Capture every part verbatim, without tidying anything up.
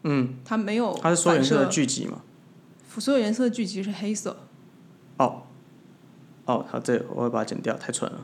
嗯， 它没有它是所有颜色的聚集嘛？ 所有颜色的聚集是黑色。 哦，哦，好，这我会把它剪掉，太蠢了。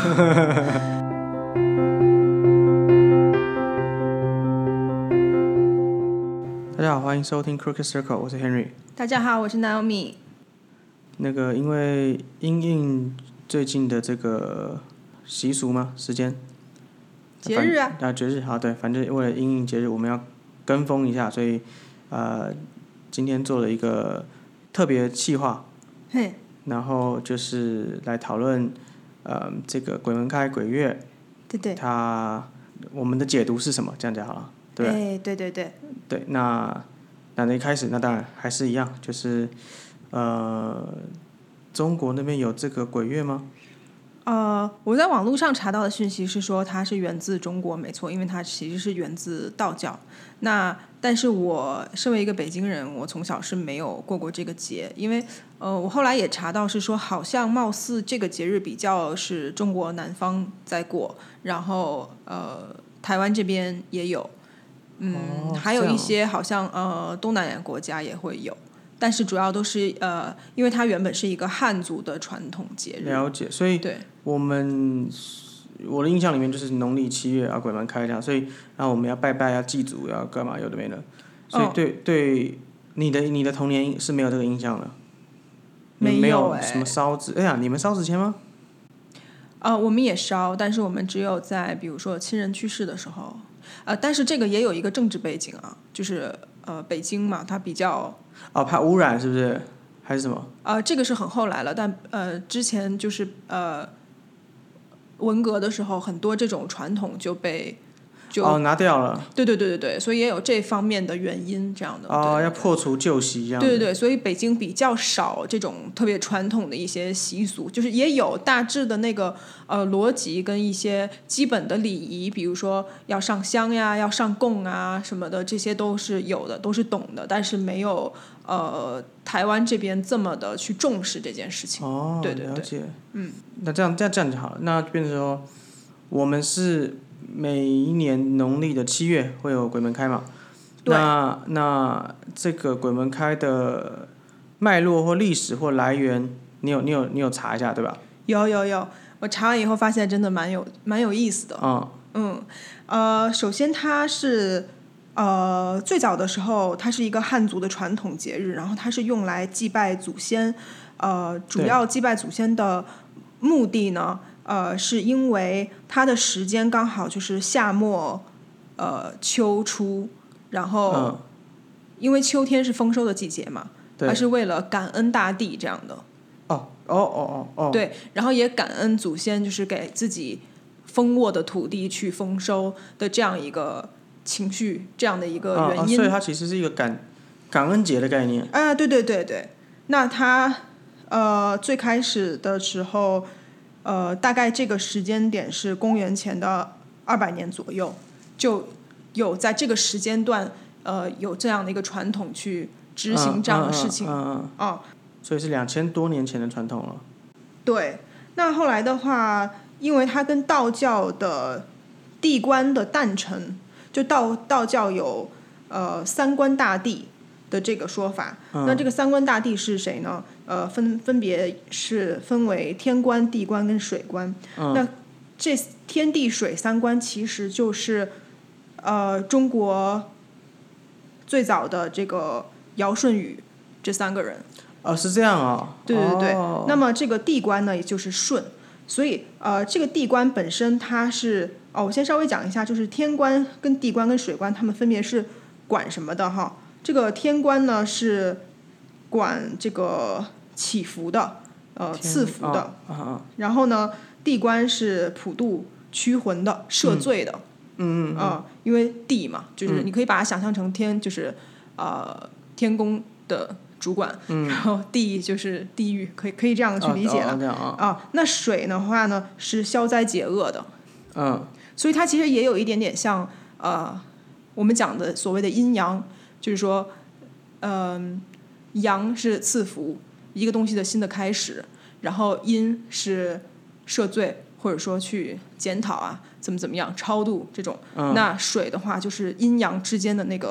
大家好，欢迎收听 Crooked Circle， 我是 Henry。 大家好，我是 Naomi。 那个，因为因应最近的这个习俗嘛，时间节日啊， 啊节日，好，对，反正为了因应节日，我们要跟风一下，所以呃，今天做了一个特别企划， 嘿， 然后就是来讨论呃这个鬼门开鬼月， 对对， 它我们的解读是什么？这样讲好了，对， 哎，对对对， 对，那那一开始，那当然还是一样，就是呃，中国那边有这个鬼月吗？ 呃，我在网络上查到的讯息是说它是源自中国，没错，因为它其实是源自道教。那但是我身为一个北京人，我从小是没有过过这个节，因为呃，我后来也查到是说，好像貌似这个节日比较是中国南方在过，然后呃，台湾这边也有，嗯， 哦、 还有一些好像呃东南亚国家也会有。但是主要都是呃，因为它原本是一个汉族的传统节日。 了解，所以对我们我的印象里面就是农历七月啊，鬼门开这样，所以然后我们要拜拜，要祭祖，要干嘛，有的没的。所以对、哦、对，你的你的童年是没有这个印象的， 没有、欸、 没有什么烧纸。哎呀，你们烧纸钱吗？ 呃，我们也烧，但是我们只有在比如说亲人去世的时候，呃，但是这个也有一个政治背景啊，就是呃，北京嘛，它比较。 哦，怕污染是不是？还是什么？ 呃，这个是很后来了，但呃，之前就是呃，文革的时候，很多这种传统就被就哦拿掉了。 对对对对对，所以也有这方面的原因，这样的。 哦， 对对对， 要破除旧习这样。 对对对，所以北京比较少这种特别传统的一些习俗，就是也有大致的那个呃逻辑跟一些基本的礼仪，比如说要上香呀、要上供啊什么的，这些都是有的，都是懂的，但是没有呃台湾这边这么的去重视这件事情。 哦， 对对对， 了解。 嗯， 那这样这样这样就好了。那变成说，我们是每一年农历的七月会有鬼门开嘛？那那这个鬼门开的脉络或历史或来源，你有你有你有查一下对吧？ 有有有，我查完以后发现真的蛮有蛮有意思的。 嗯嗯，呃，首先它是呃最早的时候，它是一个汉族的传统节日，然后它是用来祭拜祖先，呃，主要祭拜祖先的目的呢，呃，是因为它的时间刚好就是夏末，呃，秋初。然后，因为秋天是丰收的季节嘛，它是为了感恩大地这样的。 哦哦哦哦哦。 对，然后也感恩祖先，就是给自己丰沃的土地去丰收的这样一个情绪，这样的一个原因。 啊啊、所以它其实是一个感感恩节的概念。 啊，对对对对。那它呃最开始的时候，呃大概这个时间点是公元前的二百年左右，就。有在这个时间段，呃，有这样的一个传统去执行这样的事情， 嗯嗯嗯嗯，所以是两千多年前的传统了。 对，那后来的话，因为它跟道教的地官的诞辰，就道道教有呃三官大帝的这个说法， 嗯、 那这个三官大帝是谁呢？呃，分分别是分为天官、地官跟水官。 嗯、 那这天地水三官其实就是。呃，中国最早的这个尧舜禹这三个人， 哦，是这样啊、哦。 对对对。 哦、 那么这个地官呢，也就是舜，所以呃，这个地官本身它是哦，我先稍微讲一下，就是天官跟地官跟水官，他们分别是管什么的哈？这个天官呢是管这个祈福的，呃，赐福的。 哦哦、 然后呢，地官是普度驱魂的、赦罪的。 嗯嗯嗯呃，因为地嘛，就是你可以把它想象成天，就是呃天宫的主管， 嗯、 然后地就是地狱，可以可以这样去理解了啊、 哦哦呃。那水的话呢是消灾解厄的， 嗯， 所以它其实也有一点点像呃我们讲的所谓的阴阳，就是说，嗯、呃，阳是赐福一个东西的新的开始，然后阴是赦罪或者说去检讨啊。怎么怎么样超度这种、 嗯、 那水的话就是阴阳之间的那个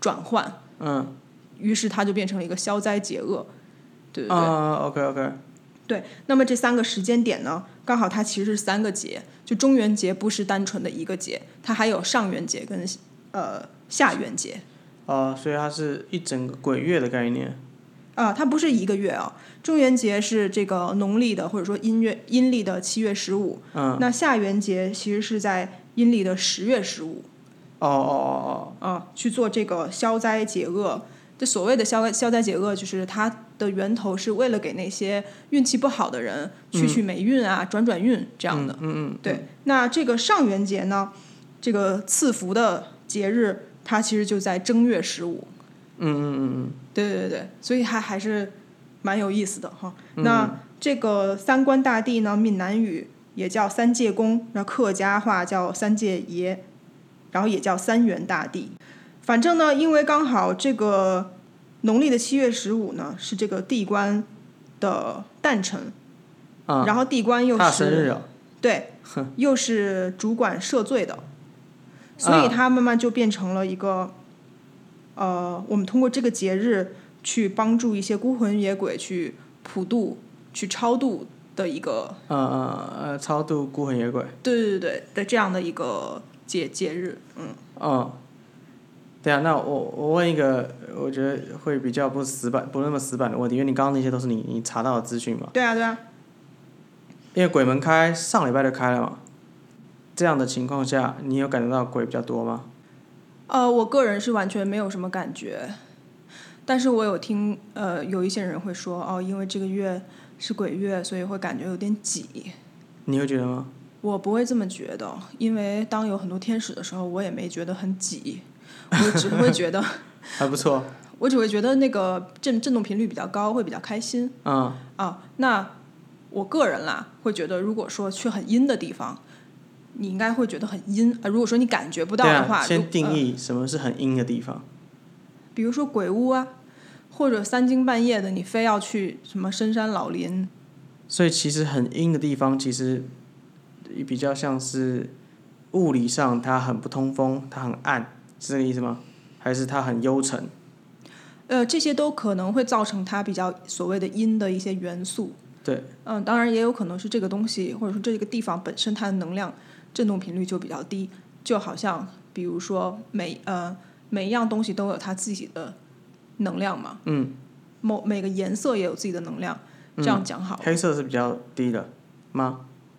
转换， 嗯， 于是它就变成了一个消灾解厄，对对对。 啊 ，OK OK。 对，那么这三个时间点呢，刚好它其实是三个节，就中元节不是单纯的一个节，它还有上元节跟呃下元节。 哦，所以它是一整个鬼月的概念。 啊、它不是一个月啊，中元节是这个农历的或者说阴月阴历的七月十五， 嗯， 那下元节其实是在阴历的十月十五。 哦哦哦啊，去做这个消灾解厄。这所谓的消消灾解厄，就是它的源头是为了给那些运气不好的人去去霉运啊、转转运这样的。 嗯嗯嗯， 对，那这个上元节呢，这个赐福的节日，它其实就在正月十五。 嗯嗯嗯嗯， 对对对，所以还还是蛮有意思的哈。那这个三官大帝呢，闽南语也叫三界公，那客家话叫三界爷，然后也叫三元大帝。反正呢，因为刚好这个农历的七月十五呢是这个地官的诞辰， 啊， 然后地官又他的生日是哦， 对，又是主管赦罪的，所以它慢慢就变成了一个，呃，我们通过这个节日去帮助一些孤魂野鬼去普渡、去超度的一个， 呃呃呃，超度孤魂野鬼。 对对对的这样的一个节节日，嗯。 嗯，对啊，那我我问一个，我觉得会比较不死板、不那么死板的问题，因为你刚刚那些都是你你查到的资讯嘛。 对啊，对啊。 因为鬼门开上礼拜就开了嘛，这样的情况下，你有感觉到鬼比较多吗？ 呃，我个人是完全没有什么感觉，但是我有听呃有一些人会说，哦，因为这个月是鬼月，所以会感觉有点挤。 你会觉得吗？ 我不会这么觉得，因为当有很多天使的时候，我也没觉得很挤，我只会觉得还不错。 我只会觉得那个震震动频率比较高，会比较开心。 嗯啊，那我个人啦，会觉得如果说去很阴的地方，你应该会觉得很阴啊。如果说你感觉不到的话， 对啊，先定呃义什么是很阴的地方。 比如说鬼屋啊，或者三更半夜的，你非要去什么深山老林。 所以其实很阴的地方，其实比较像是物理上它很不通风，它很暗，是这个意思吗？还是它很幽沉？ 呃，这些都可能会造成它比较所谓的阴的一些元素。 对， 嗯，当然也有可能是这个东西或者说这个地方本身它的能量振动频率就比较低，就好像比如说每呃每一样东西都有它自己的能量嘛， 嗯， 某每个颜色也有自己的能量，这样讲好了。 黑色是比较低的吗？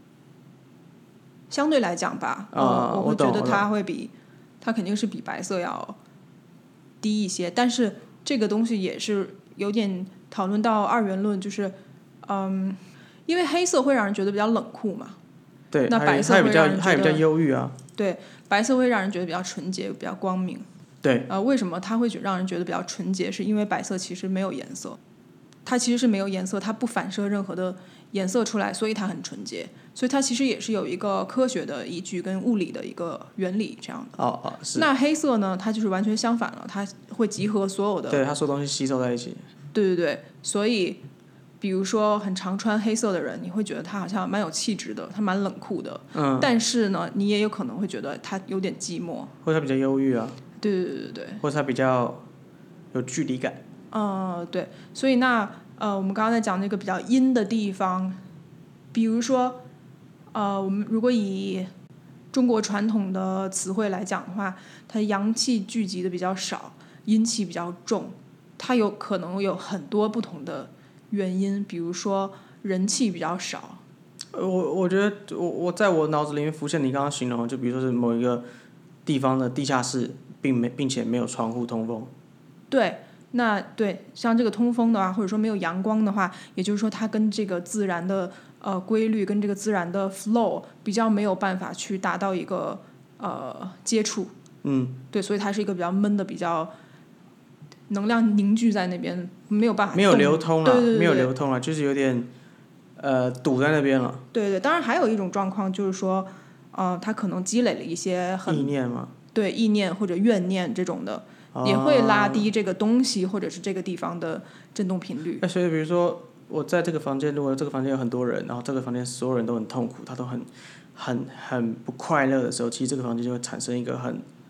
相对来讲吧， 啊呃， 我会觉得懂我懂它会比它肯定是比白色要低一些，但是这个东西也是有点讨论到二元论，就是嗯，因为黑色会让人觉得比较冷酷嘛， 对， 那白色它也比较会让人它也比较觉得忧郁啊。 对，白色会让人觉得比较纯洁、比较光明。 对， 呃，为什么它会觉让人觉得比较纯洁？是因为白色其实没有颜色，它其实是没有颜色，它不反射任何的颜色出来，所以它很纯洁。所以它其实也是有一个科学的依据跟物理的一个原理这样的。 哦哦是。 那黑色呢？它就是完全相反了，它会集合所有的。 对，它所有东西吸收在一起。 对对对，所以比如说很常穿黑色的人，你会觉得他好像蛮有气质的，他蛮冷酷的。 嗯。 但是呢，你也有可能会觉得他有点寂寞。 或者它比较忧郁啊。 对对对对对。 或者它比较有距离感。 呃，对，所以那呃，我们刚刚在讲那个比较阴的地方，比如说呃，我们如果以中国传统的词汇来讲的话，它阳气聚集的比较少，阴气比较重，它有可能有很多不同的原因，比如说人气比较少。 我我觉得我我在我脑子里面浮现你刚刚形容的，就比如说是某一个地方的地下室，并没并且没有窗户通风。 对，那对像这个通风的话，或者说没有阳光的话，也就是说它跟这个自然的呃规律跟这个自然的 flow 比较没有办法去达到一个呃接触。 嗯。 对，所以它是一个比较闷的，比较能量凝聚在那边，没有办法没有流通了， 对对对对没有流通了，就是有点呃堵在那边了。 对对，当然还有一种状况就是说，呃，它可能积累了一些很意念嘛。 对意念或者怨念这种的， 哦、 也会拉低这个东西或者是这个地方的振动频率。 那所以比如说我在这个房间，如果这个房间有很多人，然后这个房间所有人都很痛苦，他都很很很不快乐的时候，其实这个房间就会产生一个很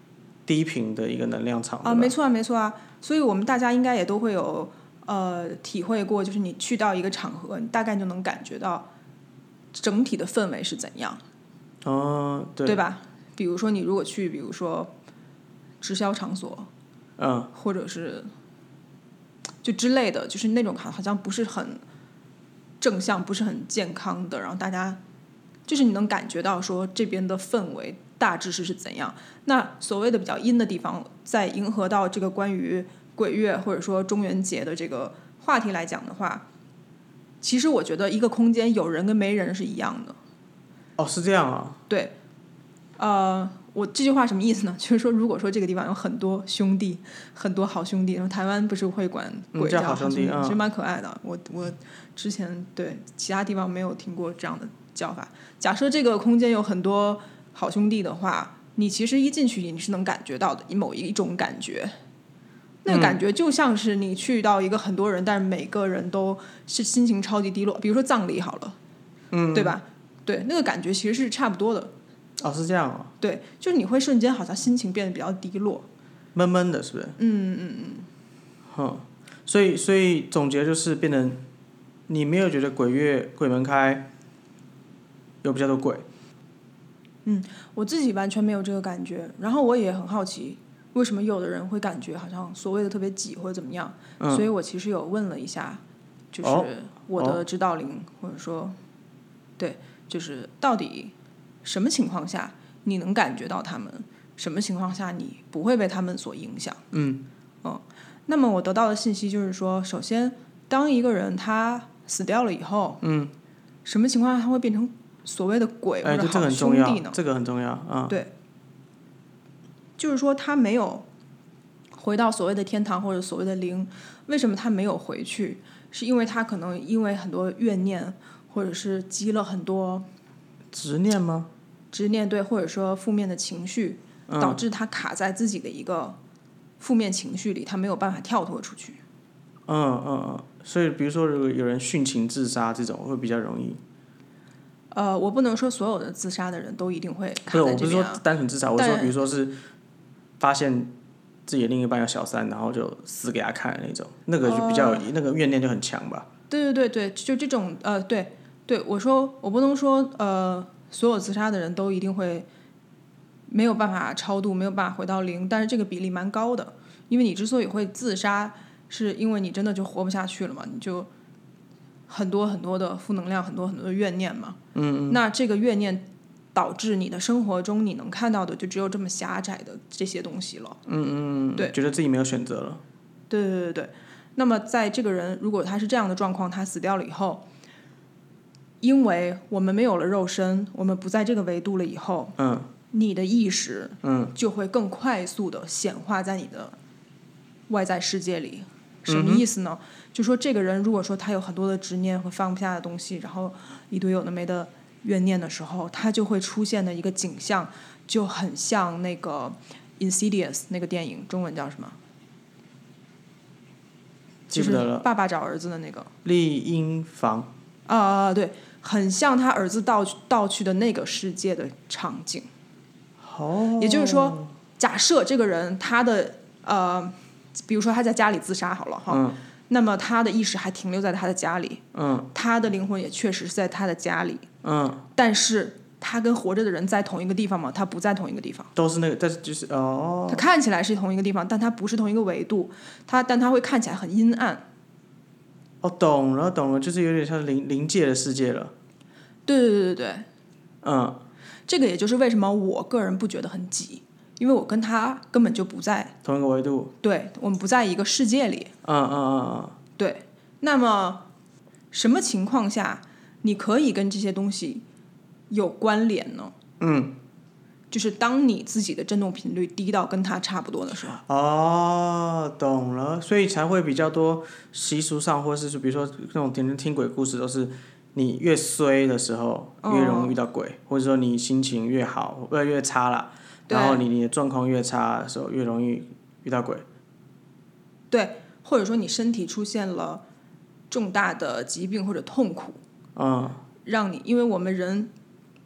低频的一个能量场啊，没错啊，没错啊。所以我们大家应该也都会有呃体会过，就是你去到一个场合，你大概就能感觉到整体的氛围是怎样。 哦，对， 对吧？比如说你如果去，比如说直销场所， 嗯， 或者是就之类的，就是那种好好像不是很正向，不是很健康的，然后大家就是你能感觉到说这边的氛围大致是是怎样。那所谓的比较阴的地方，在迎合到这个关于鬼月或者说中元节的这个话题来讲的话，其实我觉得一个空间有人跟没人是一样的。 哦，是这样啊。 对，呃，我这句话什么意思呢？就是说，如果说这个地方有很多兄弟，很多好兄弟，然后台湾不是会管鬼叫好兄弟， 其实蛮可爱的。我我之前对其他地方没有听过这样的叫法。假设这个空间有很多好兄弟的话，你其实一进去你是能感觉到的某一种感觉。那个感觉就像是你去到一个很多人，但是每个人都是心情超级低落，比如说葬礼好了， 嗯， 对吧？对，那个感觉其实是差不多的。 哦，是这样哦。 对，就是你会瞬间好像心情变得比较低落， 闷闷的，是不是？ 嗯嗯嗯。 哼，所以所以总结就是变成，你没有觉得鬼月鬼门开有比较多鬼？ 嗯，我自己完全没有这个感觉，然后我也很好奇，为什么有的人会感觉好像所谓的特别挤或者怎么样， 嗯、 所以我其实有问了一下，就是我的指导灵、哦、或者说，对。就是到底什么情况下你能感觉到他们，什么情况下你不会被他们所影响。 嗯嗯，那么我得到的信息就是说，首先当一个人他死掉了以后， 嗯， 什么情况下他会变成所谓的鬼或者好兄弟呢？ 哎、这个很重要，嗯， 对，就是说他没有回到所谓的天堂或者所谓的灵，为什么他没有回去？是因为他可能因为很多怨念，或者是积了很多执念吗？ 执念，对，或者说负面的情绪， 嗯、 导致他卡在自己的一个负面情绪里，他没有办法跳脱出去。 嗯嗯嗯，所以比如说如果有人殉情自杀这种会比较容易。 呃，我不能说所有的自杀的人都一定会卡在这边、啊、 不是，我不是说单纯自杀，我说比如说是发现自己的另一半有小三，然后就死给他看的那种，那个就比较、呃、那个怨念就很强吧。 对对对对，就这种呃，对对，我说我不能说呃，所有自杀的人都一定会没有办法超度，没有办法回到零，但是这个比例蛮高的，因为你之所以会自杀，是因为你真的就活不下去了嘛，你就很多很多的负能量，很多很多的怨念嘛。 嗯嗯。 那这个怨念导致你的生活中你能看到的就只有这么狭窄的这些东西了。 嗯嗯， 对， 觉得自己没有选择了。 对对对对。那么在这个人如果他是这样的状况，他死掉了以后，因为我们没有了肉身，我们不在这个维度了以后， 嗯， 你的意识嗯就会更快速的显化在你的外在世界里。什么意思呢？嗯、就说这个人如果说他有很多的执念和放不下的东西，然后一堆有的没的怨念的时候，他就会出现的一个景象就很像那个 Insidious 那个电影，中文叫什么？ 记不得了。 就是爸爸找儿子的那个。 丽婴房。 啊、呃，对，很像他儿子盗盗去的那个世界的场景。 哦。 也就是说，假设这个人他的呃，比如说他在家里自杀好了哈。 嗯。 那么他的意识还停留在他的家里， 嗯， 他的灵魂也确实是在他的家里， 嗯， 但是他跟活着的人在同一个地方吗？他不在同一个地方， 都是那个，但是就是哦， 他看起来是同一个地方，但他不是同一个维度，他但他会看起来很阴暗。 哦，懂了懂了，就是有点像灵灵界的世界了。 对对对对对， 嗯， 这个也就是为什么我个人不觉得很挤。因为我跟他根本就不在同一个维度， 对，我们不在一个世界里。 嗯嗯嗯嗯， 对。那么，什么情况下你可以跟这些东西有关联呢？ 嗯， 就是当你自己的振动频率低到跟它差不多的时候。 哦，懂了，所以才会比较多习俗上，或是比如说那种听听鬼故事，都是你越衰的时候越容易遇到鬼，哦、或者说你心情越好，越越差啦。然后你你的状况越差的时候，越容易遇到鬼。 对，或者说你身体出现了重大的疾病或者痛苦， 嗯， 让你，因为我们人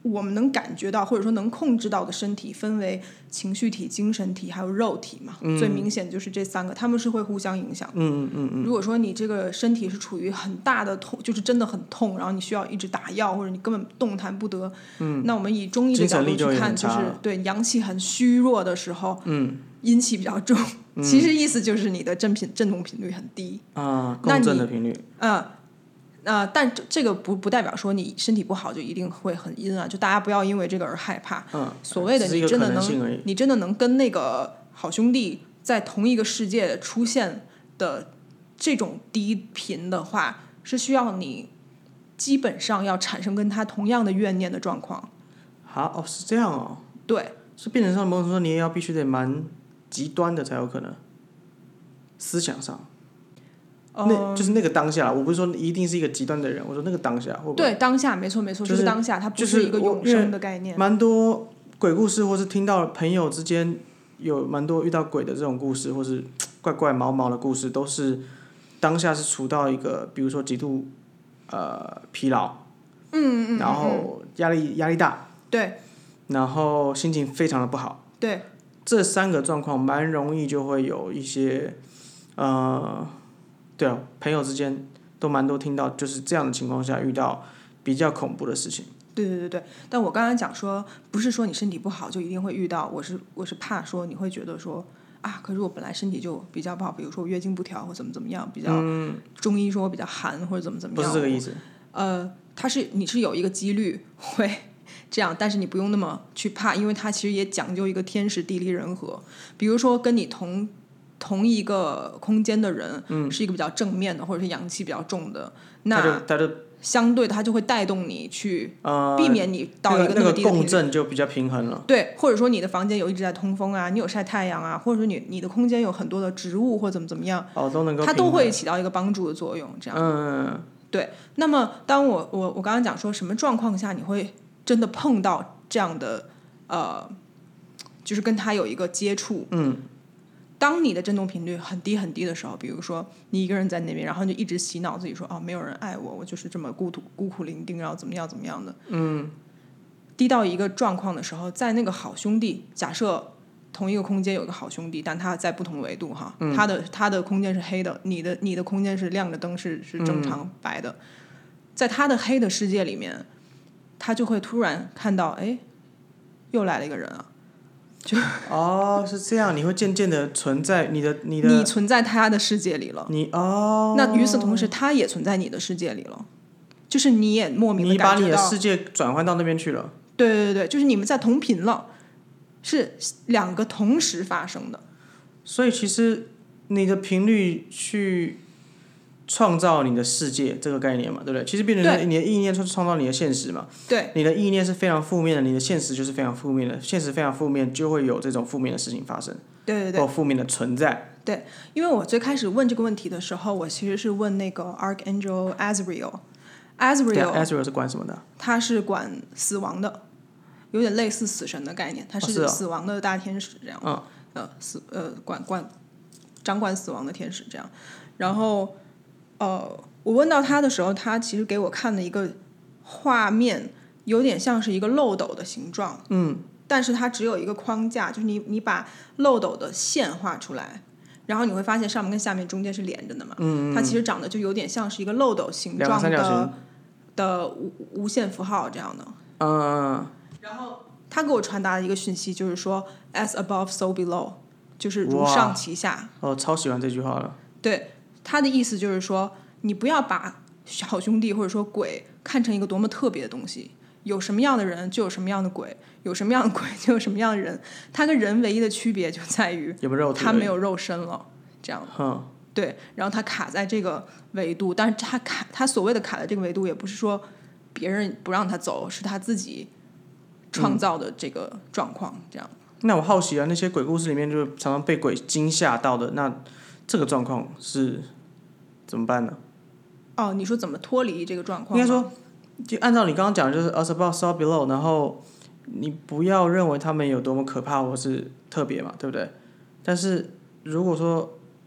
我们能感觉到或者说能控制到的身体分为情绪体、精神体还有肉体嘛、嗯、最明显就是这三个，他们是会互相影响。 嗯嗯嗯。 如果说你这个身体是处于很大的痛，就是真的很痛，然后你需要一直打药，或者你根本动弹不得，嗯，那我们以中医的角度去看， 就就是对阳气很虚弱的时候， 嗯， 阴气比较重，嗯、其实意思就是你的振频振动频率很低啊，共振的频率， 嗯。呃，但这个不不代表说你身体不好就一定会很阴啊，就大家不要因为这个而害怕。 嗯， 所谓的你真的能，你真的能跟那个好兄弟在同一个世界出现的这种低频的话，是需要你基本上要产生跟他同样的怨念的状况。 好哦，是这样哦。 对， 是变成上某种程度说你也要必须得蛮极端的才有可能，思想上。那就是那个当下，我不是说一定是一个极端的人，我说那个当下会不会？ 对，当下没错没错， 就是当下，它不是一个永生的概念。 蛮多鬼故事，或是听到朋友之间有蛮多遇到鬼的这种故事，或是怪怪毛毛的故事，都是当下是处到一个，比如说极度呃疲劳， 嗯嗯， 然后压力压力大， 对， 然后心情非常的不好， 对， 这三个状况蛮容易就会有一些呃。对啊，朋友之间都蛮多听到，就是这样的情况下遇到比较恐怖的事情。 对对对对，但我刚刚讲说，不是说你身体不好就一定会遇到，我是我是怕说你会觉得说啊，可是我本来身体就比较不好，比如说我月经不调或怎么怎么样，比较、嗯、中医说我比较寒或者怎么怎么样。 不是这个意思。 呃，它是你是有一个几率会这样，但是你不用那么去怕，因为它其实也讲究一个天时地利人和，比如说跟你同。同一个空间的人是一个比较正面的、嗯、或者是阳气比较重的，那相对他就会带动你去避免你到一个那么低的频率、 呃、那个共振就比较平衡了。 对，或者说你的房间有一直在通风啊，你有晒太阳啊，或者说你你的空间有很多的植物或怎么怎么样， 哦，都能够它都会起到一个帮助的作用。这样， 嗯， 对。那么当我我我刚刚讲说什么状况下你会真的碰到这样的呃，就是跟他有一个接触， 嗯。 当你的振动频率很低很低的时候，比如说你一个人在那边，然后就一直洗脑自己说哦，没有人爱我，我就是这么孤独孤苦伶仃，然后怎么样怎么样的。 嗯， 低到一个状况的时候，在那个好兄弟，假设同一个空间有一个好兄弟，但他在不同维度哈， 嗯、 他的他的空间是黑的，你的你的空间是亮着灯，是是正常白的， 嗯、 在他的黑的世界里面，他就会突然看到，哎，又来了一个人啊。就哦，是这样，你会渐渐的存在你的你的， 你存在他的世界里了。 你哦， 那与此同时，他也存在你的世界里了，就是你也莫名的感觉到， 你把你的世界转换到那边去了。 对对对，就是你们在同频了，是两个同时发生的。 所以其实你的频率去创造你的世界这个概念嘛，对不对？其实变成你的意念创造你的现实嘛。 对， 你的意念是非常负面的，你的现实就是非常负面的，现实非常负面，就会有这种负面的事情发生。 对对对， 或负面的存在。 对，因为我最开始问这个问题的时候，我其实是问那个 Archangel Azrael。Azrael Azrael 是管什么的？ 他是管死亡的，有点类似死神的概念，他是死亡的大天使这样。 嗯， 呃，死呃管管掌管死亡的天使这样，然后。呃，我问到他的时候，他其实给我看了一个画面，有点像是一个漏斗的形状， 嗯， 但是它只有一个框架，就是你你把漏斗的线画出来，然后你会发现上面跟下面中间是连着的嘛， 嗯， 它其实长得就有点像是一个漏斗形状的的无无限符号这样的， 嗯， 然后他给我传达的一个讯息就是说 ，as above so below， 就是如上其下。 哦，超喜欢这句话了。 对。他的意思就是说，你不要把好兄弟或者说鬼看成一个多么特别的东西，有什么样的人就有什么样的鬼，有什么样的鬼就有什么样的人，他跟人唯一的区别就在于他没有肉身了，这样的。 嗯， 对，然后他卡在这个维度，但是他卡他所谓的卡在这个维度，也不是说别人不让他走，是他自己创造的这个状况，嗯、这样。 那我好奇啊，那些鬼故事里面就常常被鬼惊吓到的，那这个状况是？怎么办呢？ 哦，你说怎么脱离这个状况？ 应该说，就按照你刚刚讲的，就是 as above so below， 然后你不要认为他们有多么可怕或是特别嘛，对不对？但是如果说，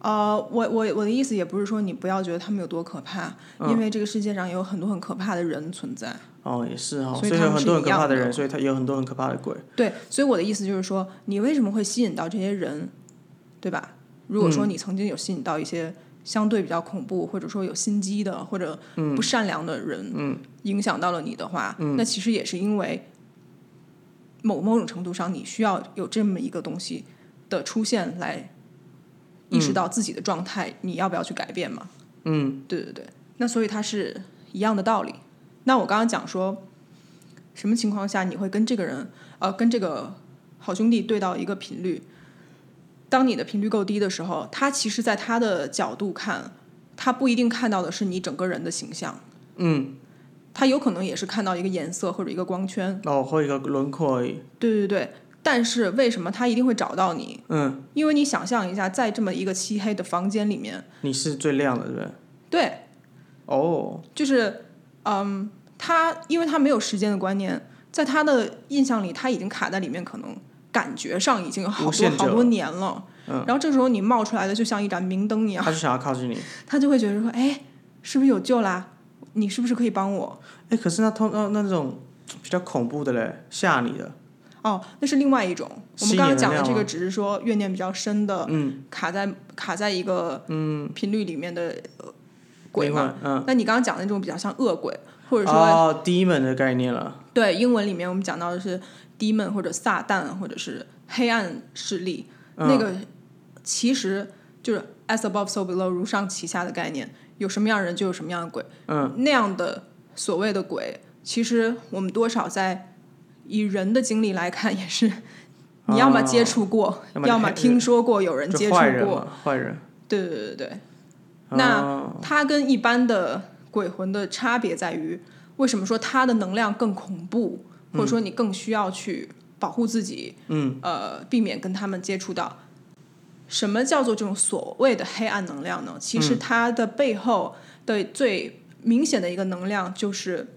呃，我我我的意思也不是说你不要觉得他们有多可怕， 嗯、 因为这个世界上也有很多很可怕的人存在。 哦，也是哦， 所以他们有很多很可怕的人，所以他也有很多很可怕的鬼。 对，所以我的意思就是说，你为什么会吸引到这些人，对吧？如果说你曾经有吸引到一些相对比较恐怖，或者说有心机的或者不善良的人， 嗯， 影响到了你的话， 嗯， 那其实也是因为某某种程度上，你需要有这么一个东西的出现来意识到自己的状态，嗯、你要不要去改变嘛？ 嗯， 对对对。那所以它是一样的道理。那我刚刚讲说，什么情况下你会跟这个人，呃，跟这个好兄弟对到一个频率？当你的频率够低的时候，他其实在他的角度看，他不一定看到的是你整个人的形象。 嗯， 他有可能也是看到一个颜色或者一个光圈， 哦，或一个轮廓而已。 对对对。但是为什么他一定会找到你？ 嗯， 因为你想象一下，在这么一个漆黑的房间里面， 你是最亮的，对不对？ 对。 哦， 就是嗯，他因为他没有时间的观念，在他的印象里，他已经卡在里面，可能感觉上已经有好多好多年了。 嗯， 然后这时候你冒出来的就像一盏明灯一样， 他就想要靠近你， 他就会觉得说，哎，是不是有救啦？你是不是可以帮我？ 哎，可是那通那那种比较恐怖的嘞，吓你的。 哦，那是另外一种。我们刚刚讲的这个只是说怨念比较深的， 嗯， 卡在卡在一个嗯频率里面的鬼嘛。 嗯， 那你刚刚讲的那种比较像恶鬼，或者说哦 demon 的概念了。 对，英文里面我们讲到的是 demon 或者撒旦或者是黑暗势力， 嗯、 那个其实就是 as above so below 如上其下的概念，有什么样的人就有什么样的鬼。 嗯， 那样的所谓的鬼，其实我们多少在以人的经历来看，也是你要么接触过， 哦、 要么听说过有人接触过。 坏人嘛，坏人。 对对对对。 哦、 那它跟一般的鬼魂的差别在于，为什么说它的能量更恐怖，或者说你更需要去保护自己， 嗯， 呃，避免跟他们接触到。什么叫做这种所谓的黑暗能量呢？其实它的背后的最明显的一个能量就是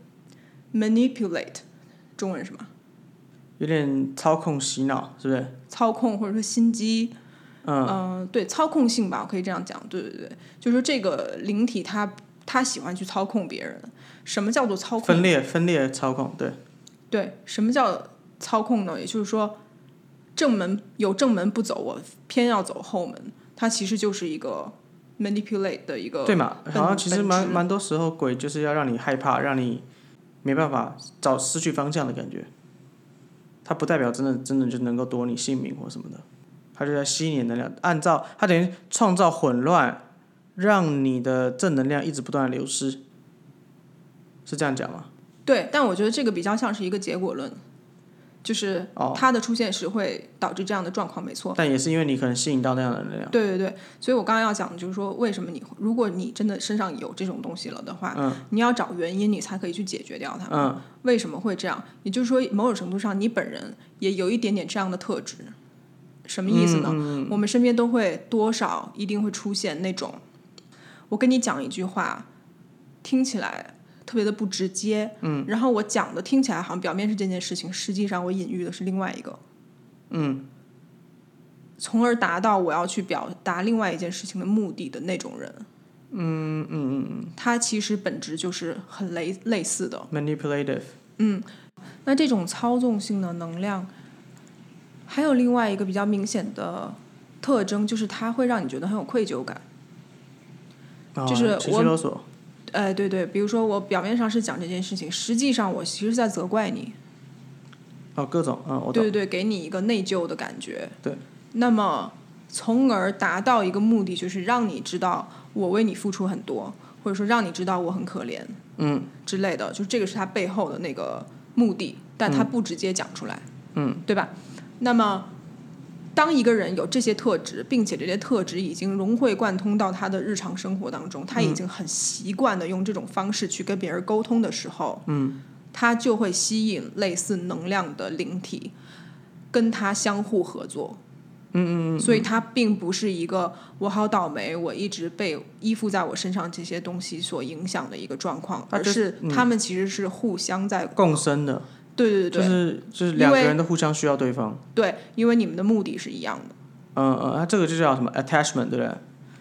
manipulate， 中文是什么？ 有点操控洗脑，是不是？ 操控或者说心机， 嗯、 呃，对，操控性吧，我可以这样讲。对对对，就是说这个灵体它它喜欢去操控别人。什么叫做操控？ 分裂分裂操控，对。 对，什么叫操控呢？也就是说，正门有正门不走，我偏要走后门，它其实就是一个 manipulate 的一个对嘛？好像其实蛮蛮多时候鬼就是要让你害怕，让你没办法找失去方向的感觉。它不代表真的真的就能够夺你性命或什么的，它就在吸你的能量，按照它等于创造混乱，让你的正能量一直不断的流失，是这样讲吗？ 对，但我觉得这个比较像是一个结果论，就是它的出现是会导致这样的状况，没错。 但也是因为你可能吸引到那样的能量。 对对对，所以我刚刚要讲的就是说，为什么你如果你真的身上有这种东西了的话， 嗯， 你要找原因，你才可以去解决掉它。 嗯， 为什么会这样？也就是说，某种程度上，你本人也有一点点这样的特质。什么意思呢？ 嗯嗯、 我们身边都会多少一定会出现那种，我跟你讲一句话，听起来特别的不直接， 嗯， 然后我讲的听起来好像表面是这件事情，实际上我隐喻的是另外一个， 嗯， 从而达到我要去表达另外一件事情的目的的那种人， 嗯嗯嗯嗯， 它其实本质就是很类类似的 manipulative， 嗯，那这种操纵性的能量，还有另外一个比较明显的特征，就是它会让你觉得很有愧疚感， 哦、 就是我情绪勒索。 哎，对对，比如说我表面上是讲这件事情，实际上我其实在责怪你。 哦，各种，嗯，我懂。 对对对，给你一个内疚的感觉。 对。 那么，从而达到一个目的，就是让你知道我为你付出很多，或者说让你知道我很可怜， 嗯， 之类的，就是这个是他背后的那个目的，但他不直接讲出来， 嗯， 对吧？那么。当一个人有这些特质，并且这些特质已经融会贯通到他的日常生活当中，他已经很习惯的用这种方式去跟别人沟通的时候， 嗯， 他就会吸引类似能量的灵体跟他相互合作。 嗯嗯嗯。 所以他并不是一个我好倒霉，我一直被依附在我身上这些东西所影响的一个状况，而是他们其实是互相在共生的。 对对对， 就是就是两个人都互相需要对方。 对，因为你们的目的是一样的。 嗯嗯，它这个就叫什么 attachment， 对不对？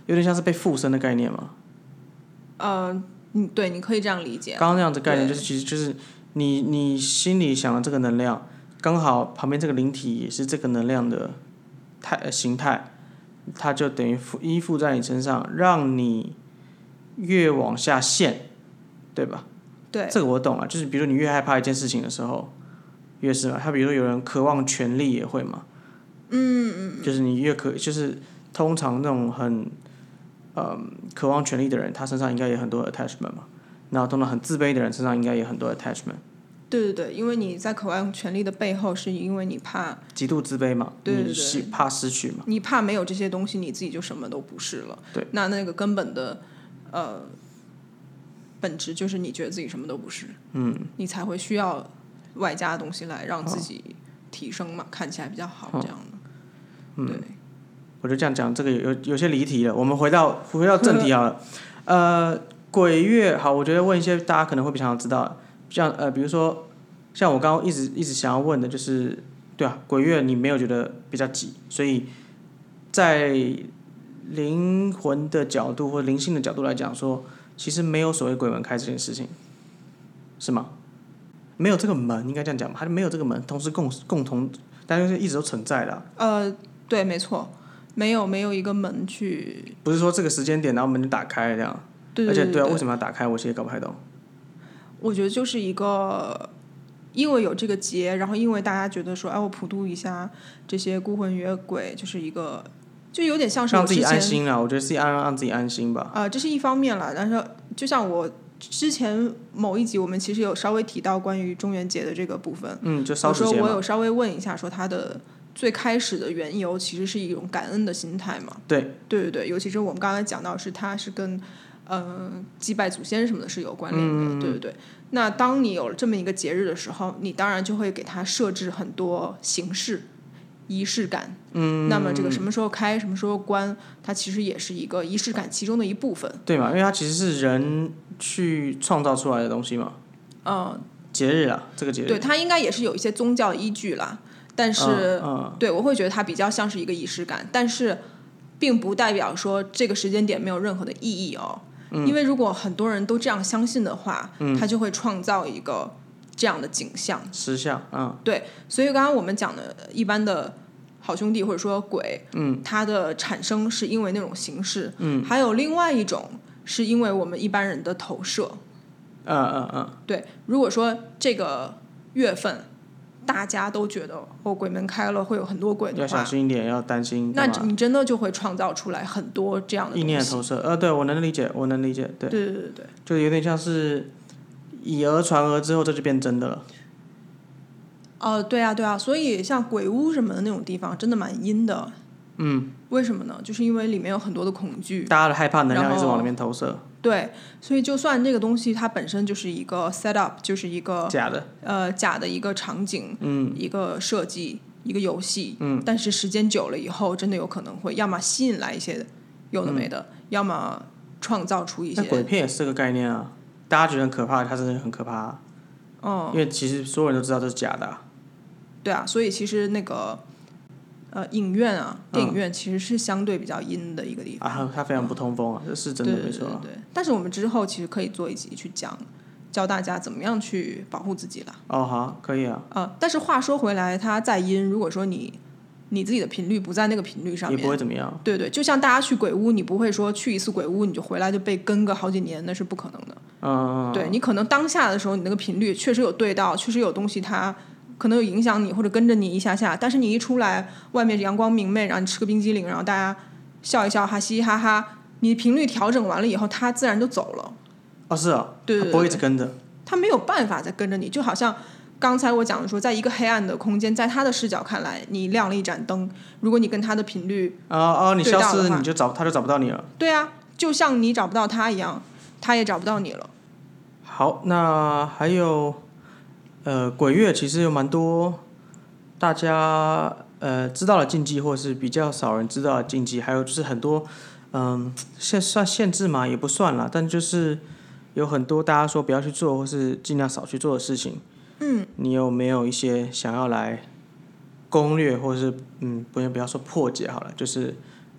有点像是被附身的概念嘛。 呃，嗯，对，你可以这样理解。 刚刚那样子概念就是，其实就是你你心里想的这个能量，刚好旁边这个灵体也是这个能量的态、呃、形态，它就等于依附在你身上，让你越往下陷，对吧？ 对， 这个我懂了，就是比如你越害怕一件事情的时候，越是嘛。他比如说有人渴望权力也会嘛， 嗯嗯， 就是你越渴，就是通常那种很，嗯，渴望权力的人，他身上应该也很多 attachment 嘛。然后通常很自卑的人身上应该也很多 attachment。 对对对，因为你在渴望权力的背后，是因为你怕极度自卑嘛， 对对对， 你怕失去嘛， 你怕没有这些东西，你自己就什么都不是了。 对， 那那个根本的呃本质就是你觉得自己什么都不是， 嗯， 你才会需要外加的东西来让自己提升嘛，看起来比较好这样的。 嗯， 对， 我就这样讲，这个有有些离题了，我们回到回到正题好了。呃，鬼月好，我觉得问一些大家可能会比较想知道，像呃，比如说像我刚刚一直一直想要问的，就是对啊，鬼月你没有觉得比较急，所以在灵魂的角度或灵性的角度来讲说，其实没有所谓鬼门开这件事情，是吗？没有这个门，应该这样讲嘛，它没有这个门，同时共共同，但是一直都存在的、啊。 呃，对，没错，没有没有一个门去， 不是说这个时间点，然后门就打开了这样。 对对对对， 而且对啊，为什么要打开？我其实也搞不太懂。 我觉得就是一个，因为有这个节，然后因为大家觉得说，哎，我普渡一下这些孤魂野鬼，就是一个，就有点像是我让自己之前安心啦，我觉得自己安让自己安心吧。 呃，这是一方面了，但是就像我之前某一集我们其实有稍微提到关于中元节的这个部分， 嗯，就烧我说纸节嘛。 我有稍微问一下，说它的最开始的缘由其实是一种感恩的心态嘛。 对对对对，尤其是我们刚才讲到是它是跟呃祭拜祖先什么的是有关联的， 嗯、 对对对。那当你有了这么一个节日的时候，你当然就会给它设置很多形式、仪式感。 嗯， 那么这个什么时候开，什么时候关，它其实也是一个仪式感其中的一部分。 对嘛，因为它其实是人去创造出来的东西嘛。 嗯， 节日啦，这个节日。 对，它应该也是有一些宗教依据啦，但是、 嗯嗯、 对我会觉得它比较像是一个仪式感，但是并不代表说这个时间点没有任何的意义哦。嗯、因为如果很多人都这样相信的话，嗯、它就会创造一个这样的景象。 实相，嗯， 对，所以刚刚我们讲的一般的好兄弟或者说鬼， 嗯， 它的产生是因为那种形式， 嗯， 还有另外一种是因为我们一般人的投射。 嗯嗯嗯， 对，如果说这个月份大家都觉得哦鬼门开了会有很多鬼的话， 要小心一点，要担心。 那你真的就会创造出来很多这样的东西意念的投射。呃，对，我能理解，我能理解，对， 对对对对， 就有点像是以讹传讹之后，这就变真的了。 哦、呃，对啊对啊，所以像鬼屋什么的那种地方，真的蛮阴的。 嗯， 为什么呢？就是因为里面有很多的恐惧， 大家的害怕能量一直往里面投射。 对，所以就算这个东西它本身就是一个 set up， 就是一个假的， 呃假的一个场景， 嗯， 一个设计，一个游戏， 嗯， 但是时间久了以后，真的有可能会要么吸引来一些有的没的，嗯、要么创造出一些。 那鬼片也是这个概念啊，大家觉得很可怕，它真的很可怕、啊。 嗯， 因为其实所有人都知道这是假的、啊。 对啊，所以其实那个。呃，影院啊，电影院其实是相对比较阴的一个地方、 嗯、啊，它非常不通风啊，这、嗯、是真的没错、啊。 对对对，但是我们之后其实可以做一集去讲，教大家怎么样去保护自己啦。 哦，好，可以啊。 呃，但是话说回来，它再阴，如果说你你自己的频率不在那个频率上面， 也不会怎么样。 对对，就像大家去鬼屋，你不会说去一次鬼屋你就回来就被跟个好几年，那是不可能的。 嗯， 对你可能当下的时候，你那个频率确实有对到，确实有东西它。可能有影响你或者跟着你一下下，但是你一出来外面阳光明媚，然后你吃个冰激凌，然后大家笑一笑哈嘻嘻哈哈，你频率调整完了以后，它自然就走了。 哦，是啊， 对对对， 它不会一直跟着， 它没有办法再跟着你，就好像刚才我讲的说，在一个黑暗的空间，在他的视角看来，你亮了一盏灯，如果你跟他的频率哦哦，你消失你就找他就找不到你了。 对啊，就像你找不到他一样，他也找不到你了。 好，那还有呃鬼月其实有蛮多。大家呃知道的禁忌，或是比较少人知道的禁忌，还有就是很多嗯限算限制嘛，也不算啦，但就是有很多大家说不要去做，或是尽量少去做的事情。 嗯， 你有没有一些想要来攻略，或是嗯不不要说破解好了，就是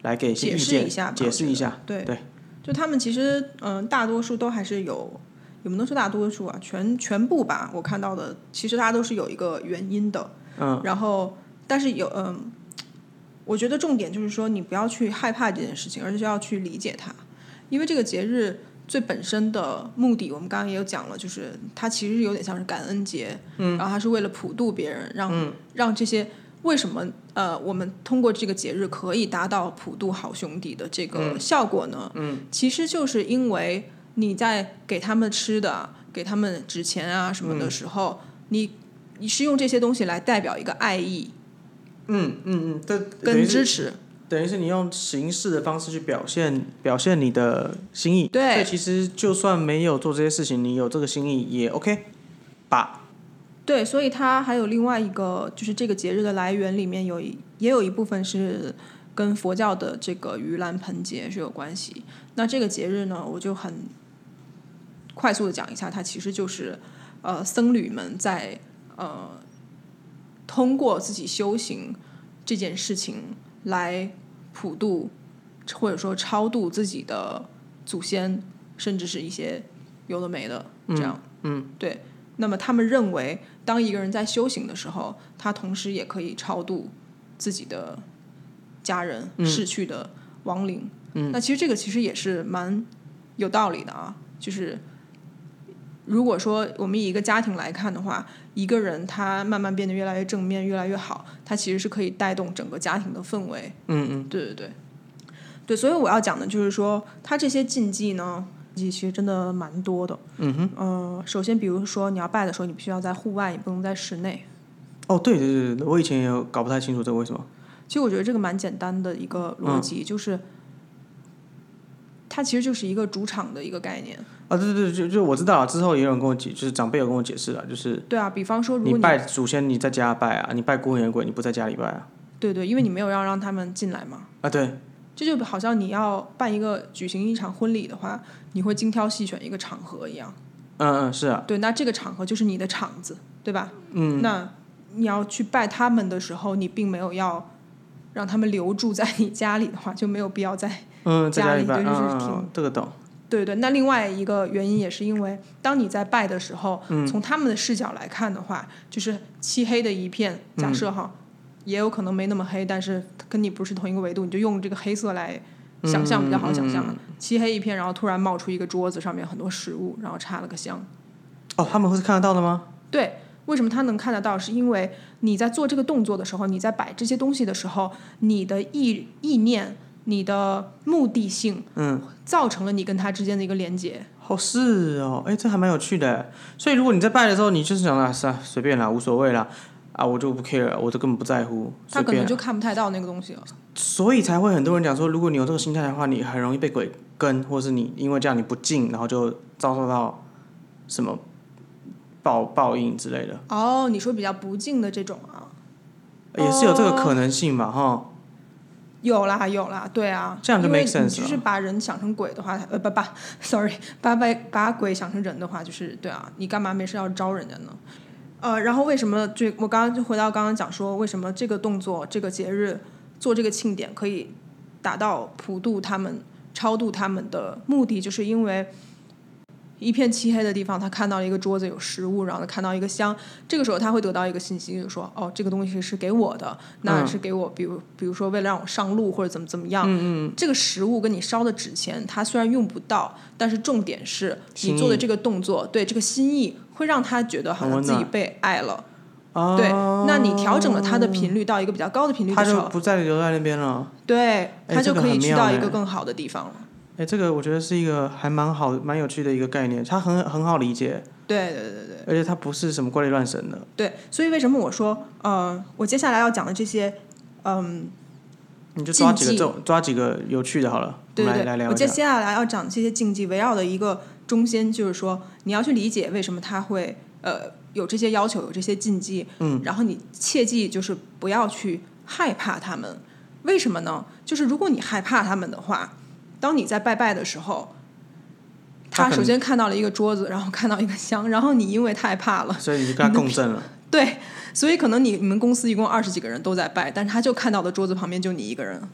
来给一些意见， 解释一下， 解释一下， 对对， 就他们其实嗯、呃，大多数都还是有，也不能说大多数啊，全全部吧，我看到的其实大家都是有一个原因的， 嗯， 然后但是有嗯、呃，我觉得重点就是说你不要去害怕这件事情，而是要去理解它，因为这个节日最本身的目的，我们刚刚也有讲了，就是它其实有点像是感恩节，嗯，然后它是为了普渡别人，让、嗯、让这些为什么呃我们通过这个节日可以达到普渡好兄弟的这个效果呢？嗯，其实就是因为你在给他们吃的、给他们纸钱啊什么的时候，嗯、你你是用这些东西来代表一个爱意， 嗯嗯嗯， 跟支持。 等于是你用形式的方式去表现表现你的心意， 对， 所以其实就算没有做这些事情，你有这个心意也 OK 吧？ 对，所以它还有另外一个，就是这个节日的来源里面有一也有一部分是跟佛教的这个盂兰盆节是有关系。那这个节日呢，我就很快速的讲一下，它其实就是呃僧侣们在呃通过自己修行这件事情来普渡或者说超度自己的祖先，甚至是一些有的没的这样。 嗯，嗯对。那么他们认为，当一个人在修行的时候，他同时也可以超度自己的家人、嗯、逝去的亡灵。嗯，那其实这个其实也是蛮有道理的啊。就是如果说我们以一个家庭来看的话，一个人他慢慢变得越来越正面、越来越好，他其实是可以带动整个家庭的氛围。 嗯嗯， 对对对，对，所以我要讲的就是说，他这些禁忌呢，其实真的蛮多的。 嗯哼， 呃，首先比如说你要拜的时候，你必须要在户外，你不能在室内。 哦，对对对对，我以前也有搞不太清楚这个为什么。 其实我觉得这个蛮简单的一个逻辑，嗯、就是它其实就是一个主场的一个概念。 啊，对对对，就就我知道了，之后也有人跟我解，就是长辈有跟我解释了，就是对啊，比方说如果你, 你拜祖先你在家拜啊，你拜孤魂野鬼你不在家里拜啊。 对对，因为你没有要让他们进来嘛。 啊，对。 这就好像你要办一个举行一场婚礼的话，你会精挑细选一个场合一样。 嗯嗯，是啊。 对，那这个场合就是你的场子，对吧？ 嗯。 那你要去拜他们的时候，你并没有要让他们留住在你家里的话，就没有必要在嗯家里。 对， 就是挺、 嗯、这个懂。 对对，那另外一个原因也是因为，当你在拜的时候， 嗯、 从他们的视角来看的话，就是漆黑的一片。假设哈。嗯也有可能没那么黑，但是跟你不是同一个维度，你就用这个黑色来想象比较好想象。 嗯、 漆黑一片，然后突然冒出一个桌子，上面很多食物，然后插了个香。 哦，他们会是看得到的吗？ 对，为什么他能看得到？是因为你在做这个动作的时候，你在摆这些东西的时候，你的意意念、你的目的性， 嗯， 造成了你跟他之间的一个连接。 哦，是哦，哎，这还蛮有趣的。所以如果你在拜的时候，你就是想啊，是啊，随便啦，无所谓啦。啊，我就不 care， 我就根本不在乎。 他可能就看不太到那个东西了。 所以才会很多人讲说，如果你有这个心态的话，你很容易被鬼跟，或是你因为这样你不敬，然后就遭受到什么报报应之类的。 哦，你说比较不敬的这种啊， 也是有这个可能性吧？哈、哦。 有啦有啦，对啊， 这样就 make sense 了。 因为你就是把人想成鬼的话，呃，不把 ，sorry， 把把把鬼想成人的话，就是对啊，你干嘛没事要招人家呢？呃，然后为什么这我刚刚就回到刚刚讲说，为什么这个动作、这个节日做这个庆典可以达到普渡他们、超度他们的目的，就是因为一片漆黑的地方，他看到了一个桌子有食物，然后他看到一个香，这个时候他会得到一个信息，就是说，哦，这个东西是给我的，那是给我，比如比如说为了让我上路或者怎么怎么样， 嗯嗯， 这个食物跟你烧的纸钱，它虽然用不到，但是重点是你做的这个动作，对这个心意会让他觉得好像自己被爱了。 哦、 对，那你调整了它的频率到一个比较高的频率的时候， 他就不再留在那边了。 对，他就可以去到一个更好的地方了。 哎、欸，这个我觉得是一个还蛮好、蛮有趣的一个概念，它很很好理解。 对对对对， 而且它不是什么怪力乱神的。 对，所以为什么我说，呃，我接下来要讲的这些，嗯， 你就抓几个这种抓几个有趣的好了， 对对对， 我们来来聊一下。 我接下来要讲这些禁忌，围绕的一个中心就是说，你要去理解为什么它会呃有这些要求，有这些禁忌， 嗯， 然后你切记就是不要去害怕他们。为什么呢？就是如果你害怕他们的话，当你在拜拜的时候，他首先看到了一个桌子，然后看到一个香，然后你因为太怕了， 所以你就跟他共振了。 对，所以可能你你们公司一共二十几个人都在拜，但是他就看到的桌子旁边就你一个人。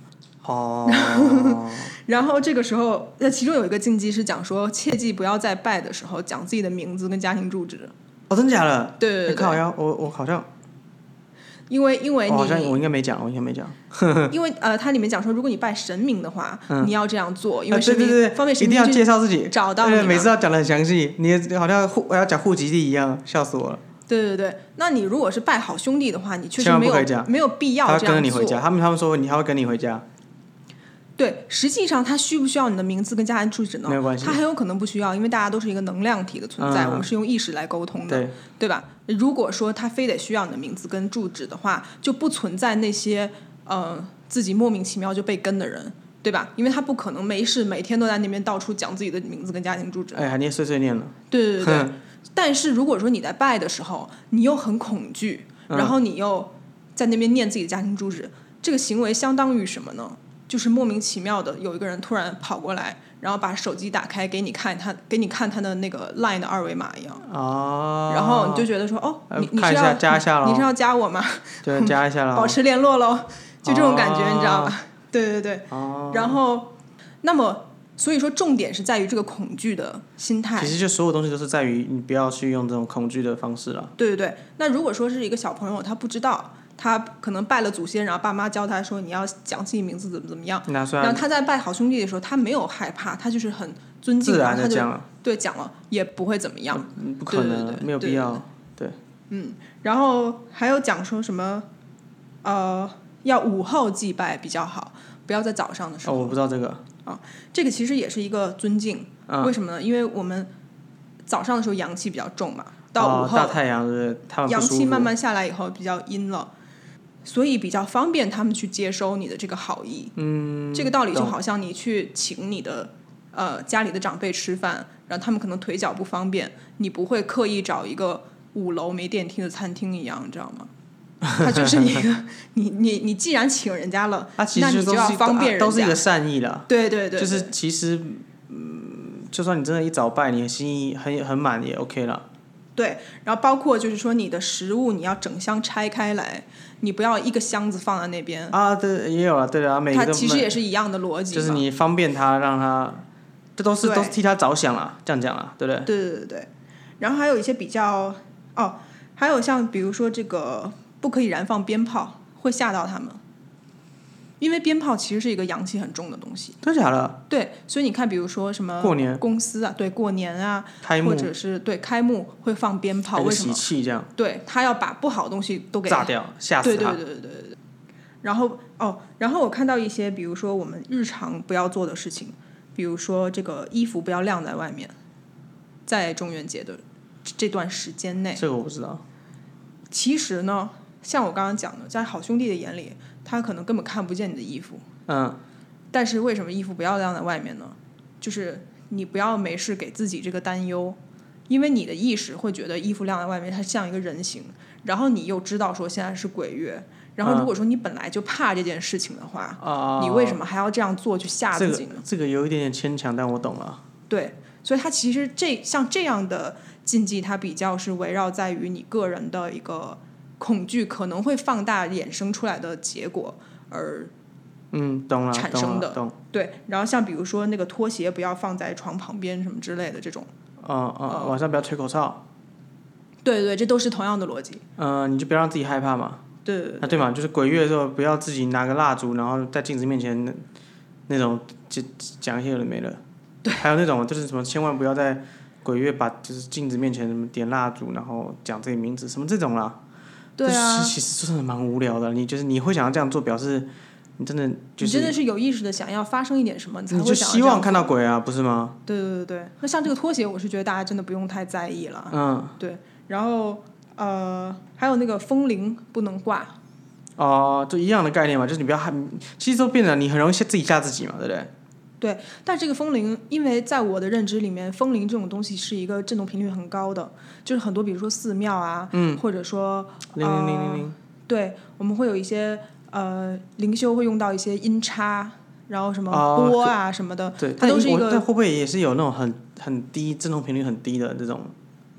哦。 然后这个时候，那其中有一个禁忌是讲说，切记不要在拜的时候讲自己的名字跟家庭住址。 哦，真假的？ 对对对。 靠腰，我我好像。 因为因为你， 我好像我应该没讲，我应该没讲。 因为呃，它里面讲说，如果你拜神明的话， 嗯、 你要这样做，因为神明、 啊、对对对方便神明一定要介绍自己， 找到你。 对，每次要讲的很详细，你好像户我要讲户籍地一样，笑死我了。 对对对，那你如果是拜好兄弟的话，你确实没有没有必要这样做。 他会跟着你回家，他们他们说你他会跟你回家。 对，实际上他需不需要你的名字跟家庭住址呢？ 没有关系， 他很有可能不需要，因为大家都是一个能量体的存在， 嗯、 我们是用意识来沟通的， 对对吧？如果说他非得需要你的名字跟住址的话，就不存在那些呃自己莫名其妙就被跟的人，对吧？因为他不可能没事每天都在那边到处讲自己的名字跟家庭住址。 哎，还念碎碎念了。 对对对对。但是如果说你在拜的时候，你又很恐惧，然后你又在那边念自己的家庭住址，嗯、这个行为相当于什么呢？就是莫名其妙的有一个人突然跑过来，然后把手机打开给你看他给你看他的那个 Line 的二维码一样。 哦。 然后你就觉得说，哦，你你是要加一下你是要加我吗？ 对，加一下了。 保持联络喽，就这种感觉，哦、你知道吧？对对对。 哦。 然后，那么所以说重点是在于这个恐惧的心态。 其实就所有东西都是在于你不要去用这种恐惧的方式了。 对对对。那如果说是一个小朋友，他不知道。他可能拜了祖先，然后爸妈教他说你要讲自己名字怎么怎么样，然后他在拜好兄弟的时候他没有害怕，他就是很尊敬， 自然的讲了， 对，讲了也不会怎么样， 嗯、不可能， 对对对， 没有必要，对， 嗯，然后还有讲说什么呃要午后祭拜比较好，不要在早上的时候。 哦，我不知道这个啊，这个其实也是一个尊敬， 嗯、 为什么呢？因为我们早上的时候阳气比较重嘛，到午后、 哦、大太阳是他们阳气慢慢下来以后比较阴了。所以比较方便他们去接收你的这个好意， 嗯， 这个道理就好像你去请你的呃家里的长辈吃饭，然后他们可能腿脚不方便，你不会刻意找一个五楼没电梯的餐厅一样，你知道吗？它就是一个你你你既然请人家了， 它其实那你就要方便人家， 都是一个善意啦。 对对 对, 对， 就是其实嗯，就算你真的一早拜，你的心意很很满也 OK 了。 对，然后包括就是说你的食物你要整箱拆开来，你不要一个箱子放在那边啊。对，也有啊，对啊，每个它其实也是一样的逻辑， 就是你方便他，让他，这都是都是替他着想啦，这样讲啦，对不对？ 对对对对。然后还有一些比较哦，还有像比如说这个不可以燃放鞭炮，会吓到他们。因为鞭炮其实是一个阳气很重的东西。 真的假的？ 对，所以你看比如说什么过年公司啊，对，过年啊， 开幕或者是对开幕会放鞭炮，为什么？ 喜气这样。 对，他要把不好的东西都给炸掉，吓死他。 对对对对对对。然后哦，然后我看到一些比如说我们日常不要做的事情，比如说这个衣服不要晾在外面，在中元节的这段时间内。 这个我不知道。 其实呢，像我刚刚讲的，在好兄弟的眼里，他可能根本看不见你的衣服。 嗯。 但是为什么衣服不要晾在外面呢？就是你不要没事给自己这个担忧，因为你的意识会觉得衣服晾在外面它像一个人形，然后你又知道说现在是鬼月，然后如果说你本来就怕这件事情的话， 嗯、 你为什么还要这样做去吓自己呢？ 这个、这个有一点点牵强，但我懂了。 对，所以它其实这像这样的禁忌，它比较是围绕在于你个人的一个恐惧可能会放大衍生出来的结果而嗯，懂了， 产生的。 懂。 对，然后像比如说那个拖鞋不要放在床旁边什么之类的这种。 嗯嗯，呃、晚上不要吹口哨。 对对对，这都是同样的逻辑。 嗯、呃，你就不要让自己害怕嘛。 对对对。 啊，对嘛，就是鬼月的时候不要自己拿个蜡烛，然后在镜子面前那, 那种就讲一些有的没的。 对。 还有那种就是什么，千万不要在鬼月把就是镜子面前什么点蜡烛，然后讲自己名字什么这种啦。 对啊。 其实真的蛮无聊的，你就是你会想要这样做，表示。你真的就是， 你真的是有意识的想要发生一点什么，你才会想要你就希望看到鬼啊，不是吗？ 对对对对，那像这个拖鞋，我是觉得大家真的不用太在意了。 嗯， 对。然后呃，还有那个风铃不能挂。 哦、呃，就一样的概念嘛，就是你不要害，其实都变成你很容易自己吓自己嘛，对不对？ 对，但这个风铃，因为在我的认知里面，风铃这种东西是一个振动频率很高的，就是很多比如说寺庙啊， 嗯， 或者说零零零零零， 对，我们会有一些。呃，灵修会用到一些音叉，然后什么波啊、 哦、 什么的， 对， 它都是一个。 但会不会也是有那种很很低振动频率很低的这种？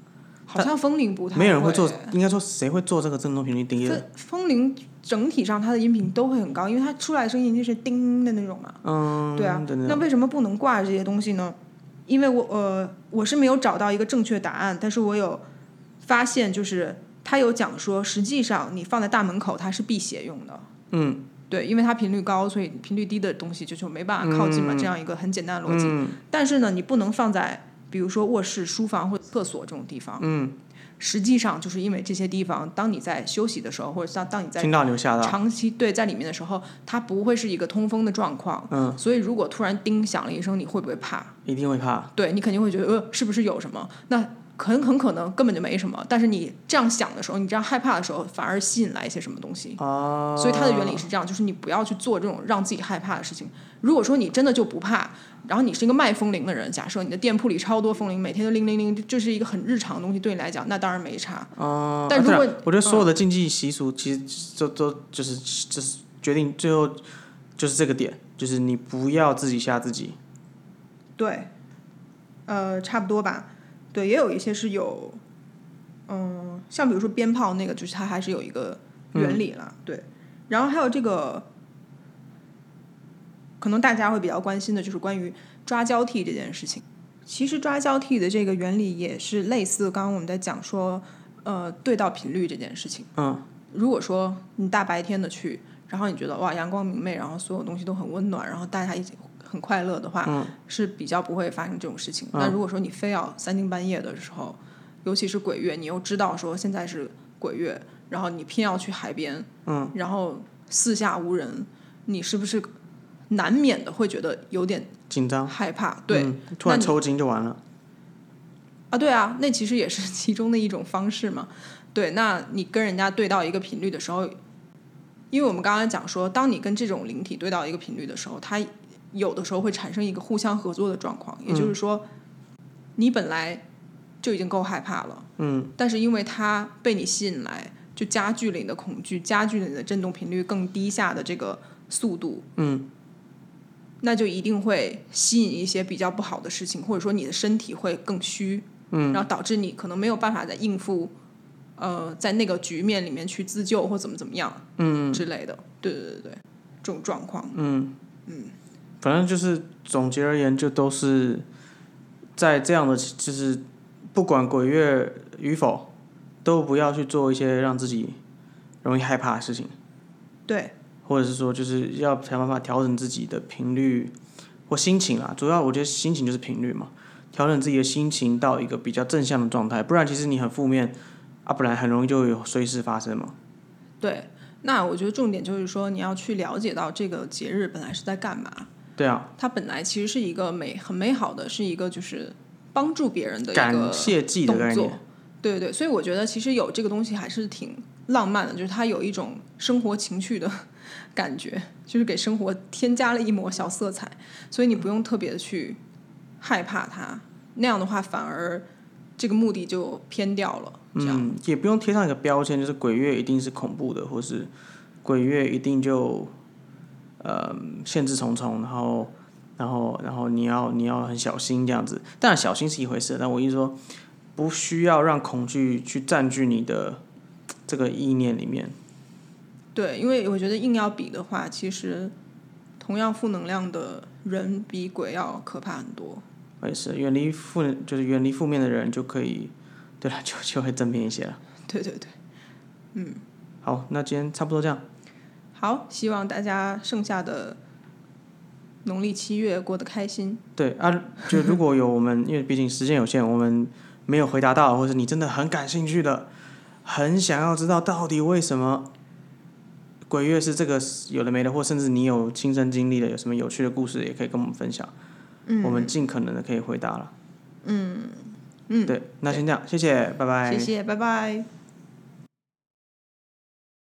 好像风铃不太会， 没有人会做，应该说谁会做这个振动频率定义的？ 风铃整体上它的音频都会很高，因为它出来的声音就是叮的那种嘛。 嗯， 对啊，那为什么不能挂这些东西呢？因为我呃我是没有找到一个正确答案，但是我有发现，就是他有讲说，实际上你放在大门口它是辟邪用的。 嗯， 对，因为它频率高，所以频率低的东西就就没办法靠近嘛， 嗯、 这样一个很简单的逻辑。 嗯、 但是呢，你不能放在比如说卧室、书房或者厕所这种地方。 嗯， 实际上就是因为这些地方，当你在休息的时候，或者当当你在听到你吓到长期对在里面的时候，它不会是一个通风的状况。 嗯， 所以如果突然叮响了一声，你会不会怕？ 一定会怕。 对，你肯定会觉得呃，是不是有什么？那很很可能根本就没什么，但是你这样想的时候，你这样害怕的时候，反而吸引来一些什么东西。 哦， 所以它的原理是这样，就是你不要去做这种让自己害怕的事情。如果说你真的就不怕，然后你是一个卖风铃的人，假设你的店铺里超多风铃，每天都铃铃铃，就是一个很日常的东西，对你来讲，那当然没差。 哦， 但如果、 啊、我觉得所有的禁忌习俗，其实都都就是就是决定最后就是这个点，就是你不要自己吓自己。 对，呃，差不多吧。对，也有一些是有，嗯，像比如说鞭炮那个，就是它还是有一个原理啦。嗯、对，然后还有这个，可能大家会比较关心的就是关于抓交替这件事情。其实抓交替的这个原理也是类似刚刚我们在讲说，呃，对到频率这件事情。 嗯， 如果说你大白天的去，然后你觉得哇阳光明媚，然后所有东西都很温暖，然后大家一起很快乐的话、 嗯、 是比较不会发生这种事情。 嗯、 那如果说你非要三更半夜的时候，尤其是鬼月，你又知道说现在是鬼月，然后你偏要去海边， 嗯， 然后四下无人，你是不是难免的会觉得有点紧张害怕？对、 嗯，突然抽筋就完了啊。对啊，那其实也是其中的一种方式嘛。对，那你跟人家对到一个频率的时候，因为我们刚刚讲说，当你跟这种灵体对到一个频率的时候，它有的时候会产生一个互相合作的状况，也就是说、嗯、你本来就已经够害怕了， 嗯， 但是因为它被你吸引来，就加剧了你的恐惧，加剧了你的振动频率更低下的这个速度， 嗯， 那就一定会吸引一些比较不好的事情，或者说你的身体会更虚， 嗯， 然后导致你可能没有办法再应付呃，在那个局面里面去自救或怎么怎么样， 嗯之类的，对对对对，这种状况， 嗯嗯， 反正就是总结而言，就都是在这样的，就是不管鬼月与否，都不要去做一些让自己容易害怕的事情， 对， 或者是说就是要想办法调整自己的频率或心情啦，主要我觉得心情就是频率嘛，调整自己的心情到一个比较正向的状态，不然其实你很负面。啊，不然很容易就有衰事发生嘛。 对，那我觉得重点就是说，你要去了解到这个节日本来是在干嘛。 对啊， 它本来其实是一个美很美好的，是一个就是帮助别人的一个感谢祭的概念。 对对，所以我觉得其实有这个东西还是挺浪漫的，就是它有一种生活情趣的感觉，就是给生活添加了一抹小色彩，所以你不用特别的去害怕它，那样的话反而这个目的就偏掉了。 嗯，也不用贴上一个标签，就是鬼月一定是恐怖的，或是鬼月一定就呃限制重重，然后然后然后你要你要很小心这样子。当然小心是一回事，但我意思说，不需要让恐惧去占据你的这个意念里面。 对，因为我觉得硬要比的话，其实同样负能量的人比鬼要可怕很多。 我也是，远离负就是远离负面的人就可以。对了，就就会正面一些了。 对对对，嗯。 好，那今天差不多这样。 好，希望大家剩下的农历七月过得开心。 对啊，就如果有我们，因为毕竟时间有限，我们没有回答到，或者你真的很感兴趣的，很想要知道到底为什么鬼月是这个有的没的，或甚至你有亲身经历的，有什么有趣的故事，也可以跟我们分享。 嗯。 我们尽可能的可以回答了。 嗯。嗯， 对，那先这样，谢谢，拜拜。 谢谢，拜拜。